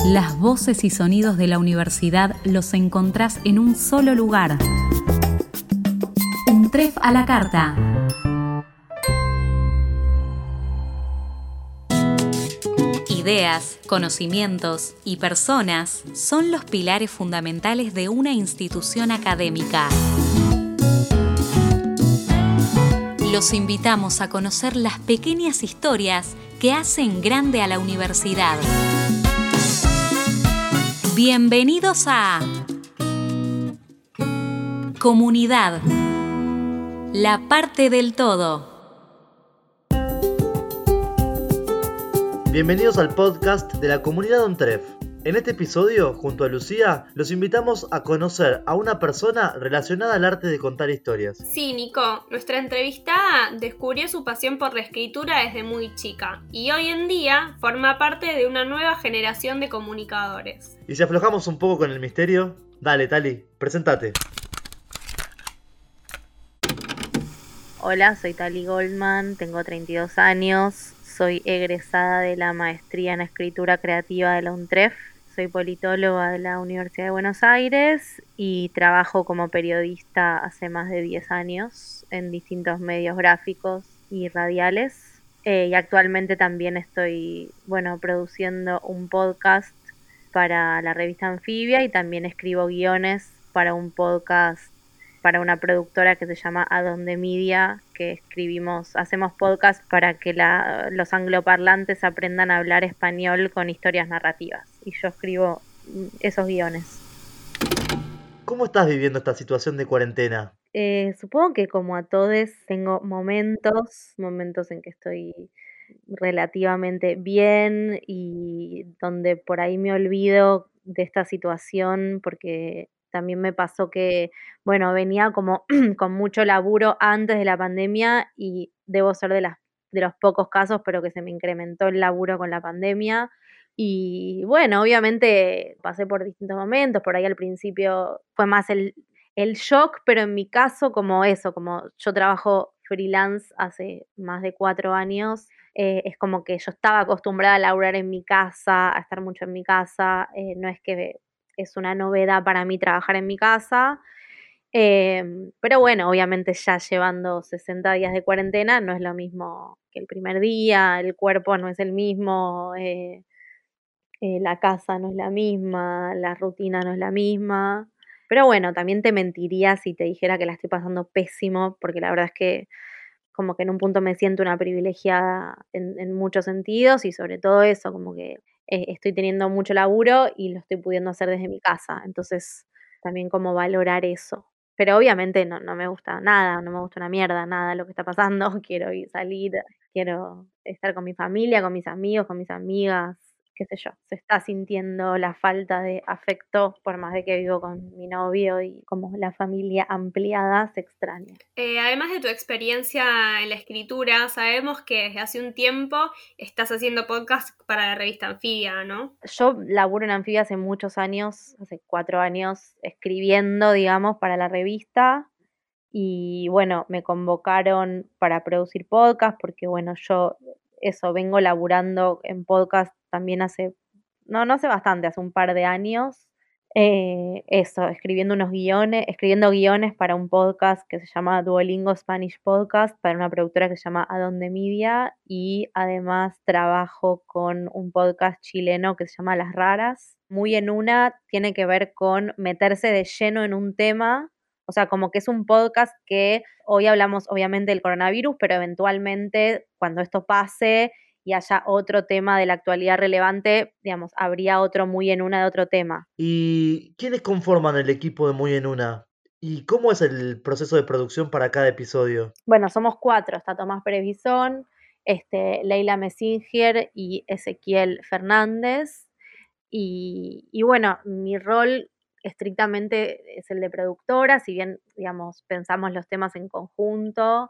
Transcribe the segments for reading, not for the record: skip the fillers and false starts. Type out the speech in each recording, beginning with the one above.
Las voces y sonidos de la universidad los encontrás en un solo lugar. UNTREF a la carta. Ideas, conocimientos y personas son los pilares fundamentales de una institución académica. Los invitamos a conocer las pequeñas historias que hacen grande a la universidad. Bienvenidos a Comunidad, la parte del todo. Bienvenidos al podcast de la comunidad UNTREF. En este episodio, junto a Lucía, los invitamos a conocer a una persona relacionada al arte de contar historias. Sí, Nico, nuestra entrevistada descubrió su pasión por la escritura desde muy chica y hoy en día forma parte de una nueva generación de comunicadores. Y si aflojamos un poco con el misterio, dale, Tali, preséntate. Hola, soy Tali Goldman, tengo 32 años, soy egresada de la maestría en escritura creativa de la UNTREF, soy politóloga de la Universidad de Buenos Aires y trabajo como periodista hace más de 10 años en distintos medios gráficos y radiales. Y actualmente también estoy, produciendo un podcast para la revista Anfibia y también escribo guiones para un podcast para una productora que se llama Adonde Media, que hacemos podcast para que los angloparlantes aprendan a hablar español con historias narrativas. Y yo escribo esos guiones. ¿Cómo estás viviendo esta situación de cuarentena? Supongo que como a todos tengo momentos en que estoy relativamente bien y donde por ahí me olvido de esta situación porque también me pasó que, venía como con mucho laburo antes de la pandemia y debo ser de los pocos casos, pero que se me incrementó el laburo con la pandemia. Y obviamente pasé por distintos momentos, por ahí al principio fue más el shock, pero en mi caso como yo trabajo freelance hace más de 4 años, es como que yo estaba acostumbrada a laburar en mi casa, a estar mucho en mi casa, no es que es una novedad para mí trabajar en mi casa, pero obviamente ya llevando 60 días de cuarentena no es lo mismo que el primer día, el cuerpo no es el mismo, la casa no es la misma, la rutina no es la misma. Pero también te mentiría si te dijera que la estoy pasando pésimo, porque la verdad es que como que en un punto me siento una privilegiada en muchos sentidos y sobre todo eso, como que estoy teniendo mucho laburo y lo estoy pudiendo hacer desde mi casa. Entonces también como valorar eso. Pero obviamente no me gusta nada, no me gusta una mierda, nada lo que está pasando. Quiero salir, quiero estar con mi familia, con mis amigos, con mis amigas, qué sé yo. Se está sintiendo la falta de afecto, por más de que vivo con mi novio y como la familia ampliada se extraña. Además de tu experiencia en la escritura, sabemos que desde hace un tiempo estás haciendo podcast para la revista Anfibia, ¿no? Yo laburo en Anfibia hace muchos años, hace 4 años, escribiendo, digamos, para la revista. Y me convocaron para producir podcast porque yo vengo laburando en podcast también no hace bastante, hace un par de años. Escribiendo guiones para un podcast que se llama Duolingo Spanish Podcast, para una productora que se llama Adonde Media, y además trabajo con un podcast chileno que se llama Las Raras. Muy en una, tiene que ver con meterse de lleno en un tema. O sea, como que es un podcast que hoy hablamos obviamente del coronavirus, pero eventualmente cuando esto pase y haya otro tema de la actualidad relevante, digamos, habría otro muy en una de otro tema. ¿Y quiénes conforman el equipo de Muy en Una? ¿Y cómo es el proceso de producción para cada episodio? Somos 4, está Tomás Previsón, Leila Messinger y Ezequiel Fernández. Y mi rol estrictamente es el de productora, si bien, digamos, pensamos los temas en conjunto.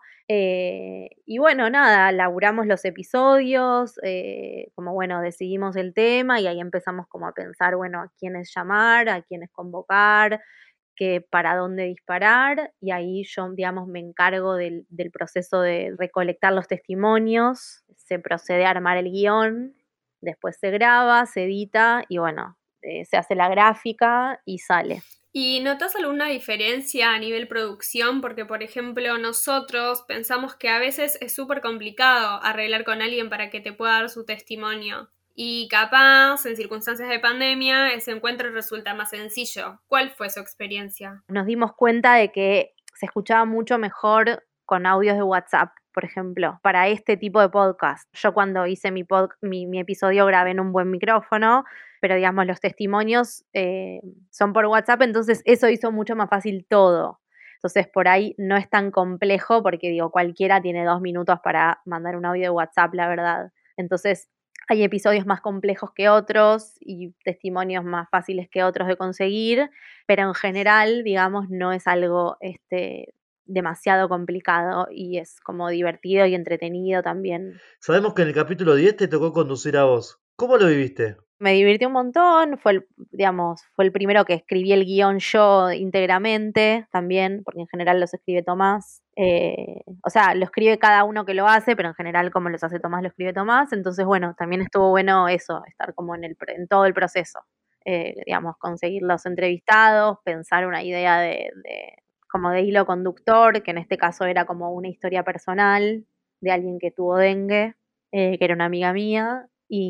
Laburamos los episodios, decidimos el tema y ahí empezamos como a pensar, a quiénes llamar, a quiénes convocar, para dónde disparar, y ahí yo, digamos, me encargo del proceso de recolectar los testimonios, se procede a armar el guión Después se graba, se edita y bueno, se hace la gráfica y sale. ¿Y notas alguna diferencia a nivel producción? Porque, por ejemplo, nosotros pensamos que a veces es súper complicado arreglar con alguien para que te pueda dar su testimonio. Y capaz, en circunstancias de pandemia, ese encuentro resulta más sencillo. ¿Cuál fue su experiencia? Nos dimos cuenta de que se escuchaba mucho mejor con audios de WhatsApp, por ejemplo, para este tipo de podcast. Yo cuando hice mi episodio grabé en un buen micrófono, pero digamos los testimonios son por WhatsApp, entonces eso hizo mucho más fácil todo. Entonces por ahí no es tan complejo porque digo, cualquiera tiene 2 minutos para mandar un audio de WhatsApp, la verdad. Entonces hay episodios más complejos que otros y testimonios más fáciles que otros de conseguir, pero en general, digamos, no es algo demasiado complicado y es como divertido y entretenido también. Sabemos que en el capítulo 10 te tocó conducir a vos. ¿Cómo lo viviste? Me divirtió un montón, fue el primero que escribí el guión yo íntegramente también, porque en general los escribe Tomás. O sea, lo escribe cada uno que lo hace, pero en general como los hace Tomás, lo escribe Tomás. Entonces, bueno, también estuvo bueno eso, estar como en todo el proceso. Digamos, conseguir los entrevistados, pensar una idea como de hilo conductor, que en este caso era como una historia personal de alguien que tuvo dengue, que era una amiga mía,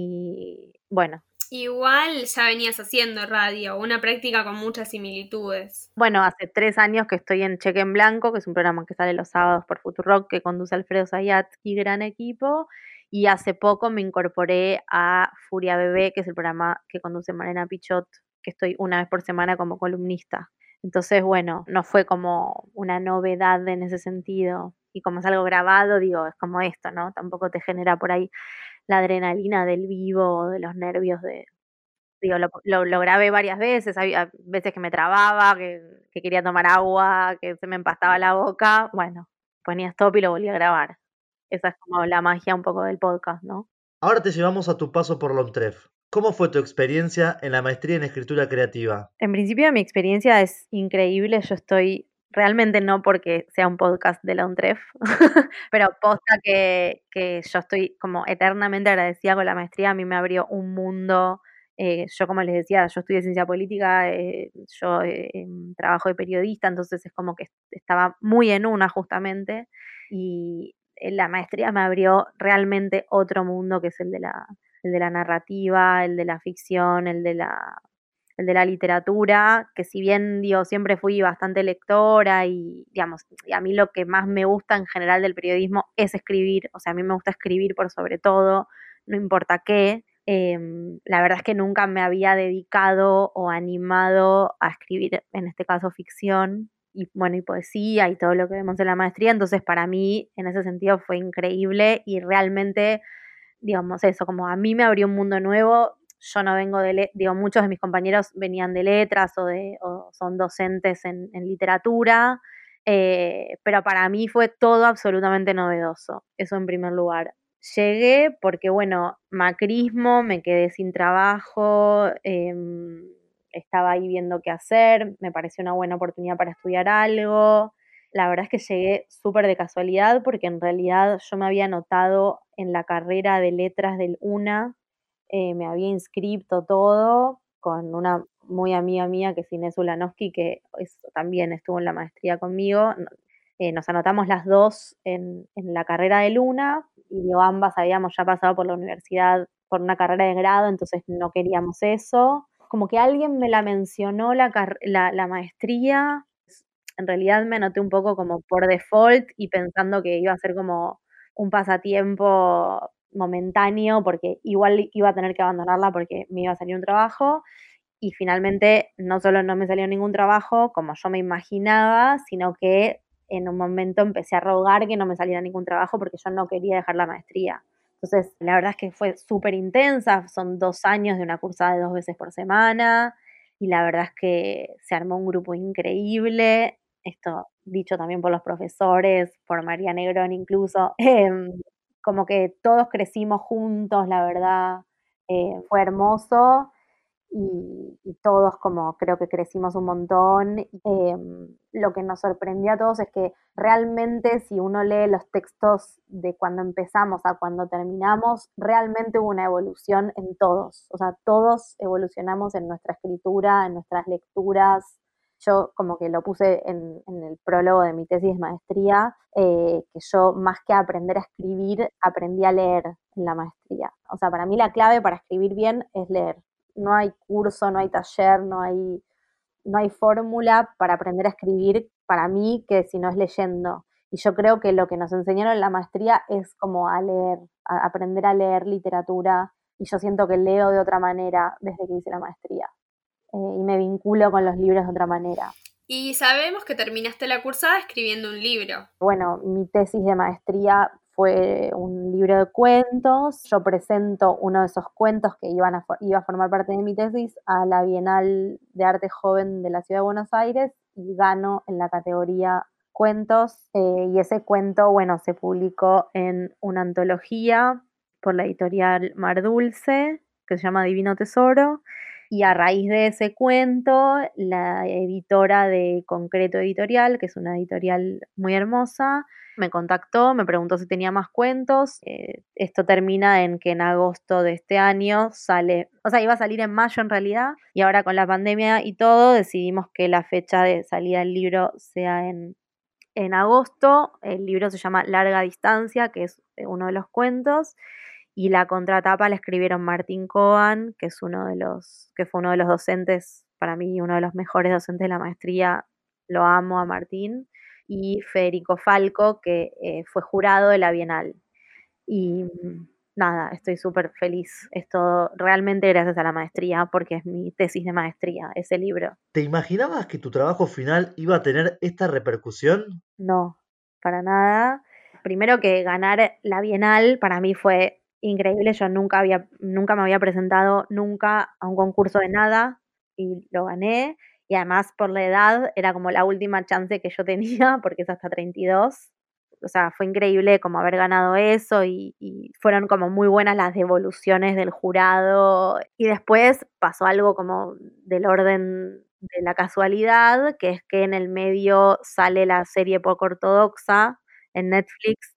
y bueno. Igual ya venías haciendo radio, una práctica con muchas similitudes. Bueno, hace 3 años que estoy en Cheque en Blanco, que es un programa que sale los sábados por Futurock, que conduce Alfredo Zayat y gran equipo, y hace poco me incorporé a Furia Bebé, que es el programa que conduce Marina Pichot, que estoy una vez por semana como columnista. Entonces, bueno, no fue como una novedad en ese sentido. Y como es algo grabado, digo, es como esto, ¿no? Tampoco te genera por ahí la adrenalina del vivo, de los nervios de... Digo, lo grabé varias veces, había veces que me trababa, que quería tomar agua, que se me empastaba la boca. Bueno, ponía stop y lo volví a grabar. Esa es como la magia un poco del podcast, ¿no? Ahora te llevamos a tu paso por la UNTREF. ¿Cómo fue tu experiencia en la maestría en escritura creativa? En principio mi experiencia es increíble, yo estoy realmente no porque sea un podcast de la UNTREF, pero posta que yo estoy como eternamente agradecida con la maestría, a mí me abrió un mundo, yo como les decía, yo estudié ciencia política, yo trabajo de periodista, entonces es como que estaba muy en una justamente, y la maestría me abrió realmente otro mundo que es el de la narrativa, el de la ficción, el de la literatura, que si bien digo, siempre fui bastante lectora y digamos, y a mí lo que más me gusta en general del periodismo es escribir, o sea, a mí me gusta escribir por sobre todo, no importa qué. La verdad es que nunca me había dedicado o animado a escribir, en este caso, ficción y bueno, y poesía y todo lo que vemos en la maestría, entonces para mí en ese sentido fue increíble y realmente, digamos eso, como a mí me abrió un mundo nuevo. Yo no vengo digo, muchos de mis compañeros venían de letras o son docentes en literatura, pero para mí fue todo absolutamente novedoso, eso en primer lugar. Llegué porque, bueno, macrismo, me quedé sin trabajo, estaba ahí viendo qué hacer, me pareció una buena oportunidad para estudiar algo. La verdad es que llegué súper de casualidad porque en realidad yo me había anotado en la carrera de letras del UNA, me había inscrito todo con una muy amiga mía que es Inés Ulanowski, que también estuvo en la maestría conmigo. Nos anotamos las dos en la carrera de Luna y digo, ambas habíamos ya pasado por la universidad por una carrera de grado, entonces no queríamos eso. Como que alguien me la mencionó la maestría, en realidad me anoté un poco como por default y pensando que iba a ser como un pasatiempo momentáneo porque igual iba a tener que abandonarla porque me iba a salir un trabajo y finalmente no solo no me salió ningún trabajo como yo me imaginaba, sino que en un momento empecé a rogar que no me saliera ningún trabajo porque yo no quería dejar la maestría. Entonces, la verdad es que fue súper intensa, son 2 años de una cursada de 2 veces por semana y la verdad es que se armó un grupo increíble, esto dicho también por los profesores, por María Negrón incluso, como que todos crecimos juntos, la verdad, fue hermoso y todos como creo que crecimos un montón. Lo que nos sorprendió a todos es que realmente si uno lee los textos de cuando empezamos a cuando terminamos, realmente hubo una evolución en todos. O sea, todos evolucionamos en nuestra escritura, en nuestras lecturas. Yo como que lo puse en el prólogo de mi tesis de maestría, que yo más que aprender a escribir, aprendí a leer en la maestría. O sea, para mí la clave para escribir bien es leer. No hay curso, no hay taller, no hay fórmula para aprender a escribir para mí que si no es leyendo. Y yo creo que lo que nos enseñaron en la maestría es como a leer, a aprender a leer literatura. Y yo siento que leo de otra manera desde que hice la maestría. Y me vinculo con los libros de otra manera. Y sabemos que terminaste la cursada escribiendo un libro. Bueno, mi tesis de maestría fue un libro de cuentos. Yo presento uno de esos cuentos que iba a formar parte de mi tesis a la Bienal de Arte Joven de la Ciudad de Buenos Aires y gano en la categoría cuentos. Y ese cuento, bueno, se publicó en una antología por la editorial Mar Dulce, que se llama Divino Tesoro. Y a raíz de ese cuento, la editora de Concreto Editorial, que es una editorial muy hermosa, me contactó, me preguntó si tenía más cuentos. Esto termina en que en agosto de este año sale, o sea, iba a salir en mayo en realidad, y ahora con la pandemia y todo, decidimos que la fecha de salida del libro sea en agosto. El libro se llama Larga Distancia, que es uno de los cuentos. Y la contratapa la escribieron Martín Coan, que fue uno de los docentes, para mí uno de los mejores docentes de la maestría, lo amo a Martín, y Federico Falco, que fue jurado de la Bienal. Y nada, estoy súper feliz. Esto realmente gracias a la maestría, porque es mi tesis de maestría, ese libro. ¿Te imaginabas que tu trabajo final iba a tener esta repercusión? No, para nada. Primero que ganar la Bienal para mí fue increíble. Yo nunca me había presentado nunca a un concurso de nada y lo gané. Y además por la edad era como la última chance que yo tenía porque es hasta 32. O sea, fue increíble como haber ganado eso y fueron como muy buenas las devoluciones del jurado. Y después pasó algo como del orden de la casualidad, que es que en el medio sale la serie poco ortodoxa en Netflix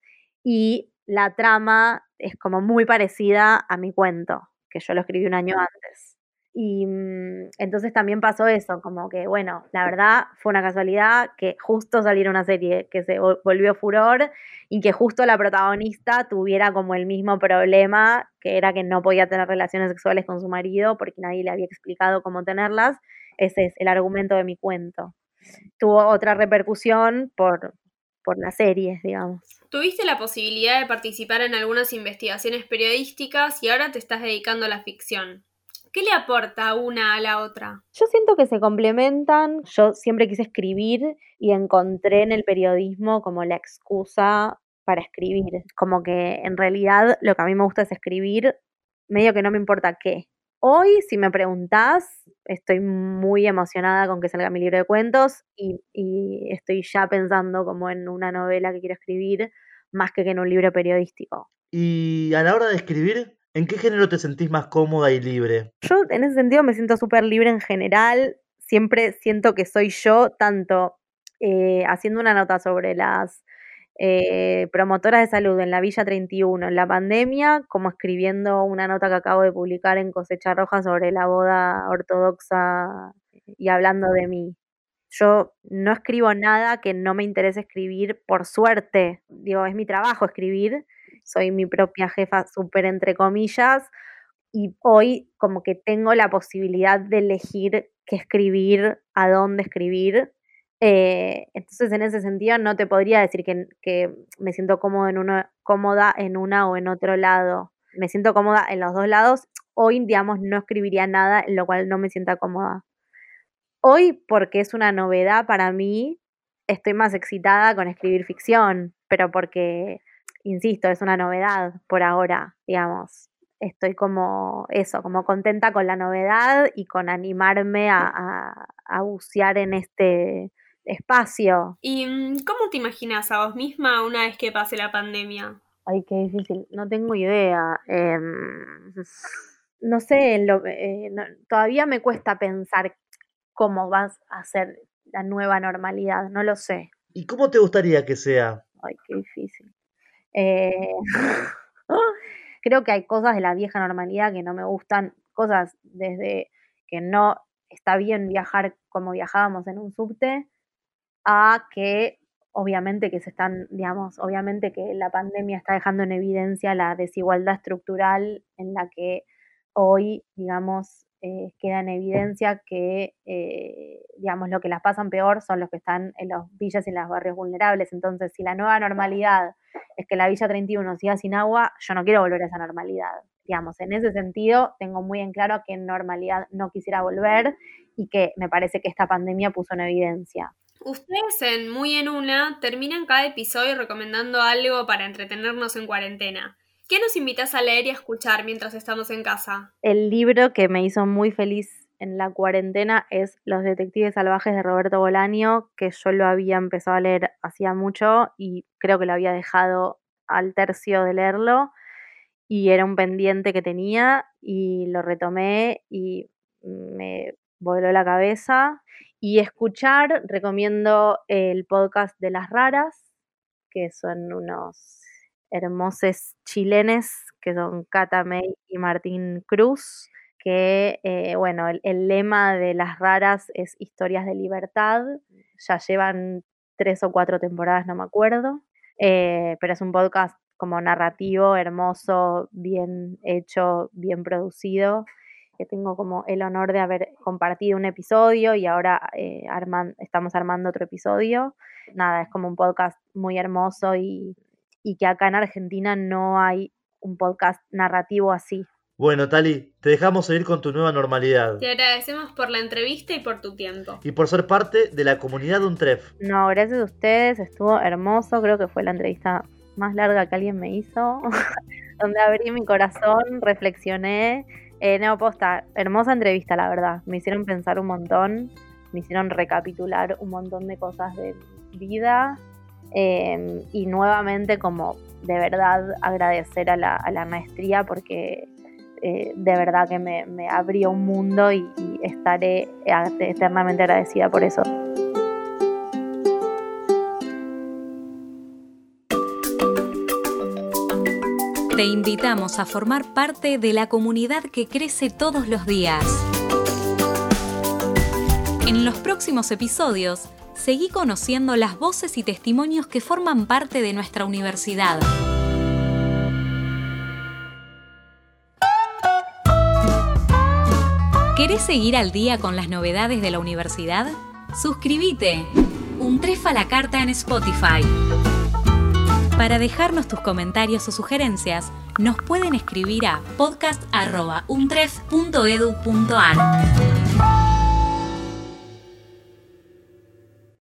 y la trama es como muy parecida a mi cuento, que yo lo escribí un año antes. Y entonces también pasó eso, como que, bueno, la verdad fue una casualidad que justo saliera una serie que se volvió furor y que justo la protagonista tuviera como el mismo problema, que era que no podía tener relaciones sexuales con su marido porque nadie le había explicado cómo tenerlas. Ese es el argumento de mi cuento. Tuvo otra repercusión por las series, digamos. Tuviste la posibilidad de participar en algunas investigaciones periodísticas y ahora te estás dedicando a la ficción. ¿Qué le aporta una a la otra? Yo siento que se complementan. Yo siempre quise escribir y encontré en el periodismo como la excusa para escribir. Como que en realidad lo que a mí me gusta es escribir, medio que no me importa qué. Hoy, si me preguntás, estoy muy emocionada con que salga mi libro de cuentos y estoy ya pensando como en una novela que quiero escribir, más que en un libro periodístico. Y a la hora de escribir, ¿en qué género te sentís más cómoda y libre? Yo en ese sentido me siento súper libre en general. Siempre siento que soy yo, tanto haciendo una nota sobre las promotoras de salud en la Villa 31 en la pandemia, como escribiendo una nota que acabo de publicar en Cosecha Roja sobre la boda ortodoxa y hablando de mí. Yo no escribo nada que no me interese escribir, por suerte. Digo, es mi trabajo escribir. Soy mi propia jefa, súper entre comillas. Y hoy como que tengo la posibilidad de elegir qué escribir, a dónde escribir. Entonces en ese sentido no te podría decir que me siento cómoda en una o en otro lado. Me siento cómoda en los dos lados. Hoy, digamos, no escribiría nada en lo cual no me sienta cómoda. Hoy, porque es una novedad para mí, estoy más excitada con escribir ficción, pero porque, insisto, es una novedad por ahora, digamos. Estoy como eso, como contenta con la novedad y con animarme a bucear en este espacio. ¿Y cómo te imaginas a vos misma una vez que pase la pandemia? Ay, qué difícil, no tengo idea. no sé, todavía me cuesta pensar cómo vas a ser la nueva normalidad, no lo sé. ¿Y cómo te gustaría que sea? Ay, qué difícil. Creo que hay cosas de la vieja normalidad que no me gustan, cosas desde que no está bien viajar como viajábamos en un subte, a que obviamente que obviamente que la pandemia está dejando en evidencia la desigualdad estructural en la que hoy, queda en evidencia que, lo que las pasan peor son los que están en los villas y en los barrios vulnerables. Entonces, si la nueva normalidad es que la Villa 31 siga sin agua, yo no quiero volver a esa normalidad. En ese sentido, tengo muy en claro a qué normalidad no quisiera volver y que me parece que esta pandemia puso en evidencia. Ustedes en Muy en Una terminan cada episodio recomendando algo para entretenernos en cuarentena. ¿Qué nos invitas a leer y a escuchar mientras estamos en casa? El libro que me hizo muy feliz en la cuarentena es Los Detectives Salvajes de Roberto Bolaño, que yo lo había empezado a leer hacía mucho y creo que lo había dejado al tercio de leerlo y era un pendiente que tenía y lo retomé y me voló la cabeza. Y escuchar, recomiendo el podcast de Las Raras, que son unos hermosos chilenes, que son Cata May y Martín Cruz, que, el lema de Las Raras es historias de libertad. Ya llevan 3 o 4 temporadas, no me acuerdo, pero es un podcast como narrativo, hermoso, bien hecho, bien producido, que tengo como el honor de haber compartido un episodio y ahora estamos armando otro episodio. Nada, es como un podcast muy hermoso y que acá en Argentina no hay un podcast narrativo así. Bueno, Tali, te dejamos seguir con tu nueva normalidad. Te agradecemos por la entrevista y por tu tiempo. Y por ser parte de la comunidad Untref. No, gracias a ustedes, estuvo hermoso, creo que fue la entrevista más larga que alguien me hizo, donde abrí mi corazón, reflexioné. Posta, hermosa entrevista, la verdad. Me hicieron pensar un montón, me hicieron recapitular un montón de cosas de mi vida y nuevamente como de verdad agradecer a la maestría porque de verdad que me abrió un mundo y estaré eternamente agradecida por eso. Te invitamos a formar parte de la comunidad que crece todos los días. En los próximos episodios, seguí conociendo las voces y testimonios que forman parte de nuestra universidad. ¿Querés seguir al día con las novedades de la universidad? Suscríbete. Untref a la carta en Spotify. Para dejarnos tus comentarios o sugerencias, nos pueden escribir a podcast@untref.edu.ar.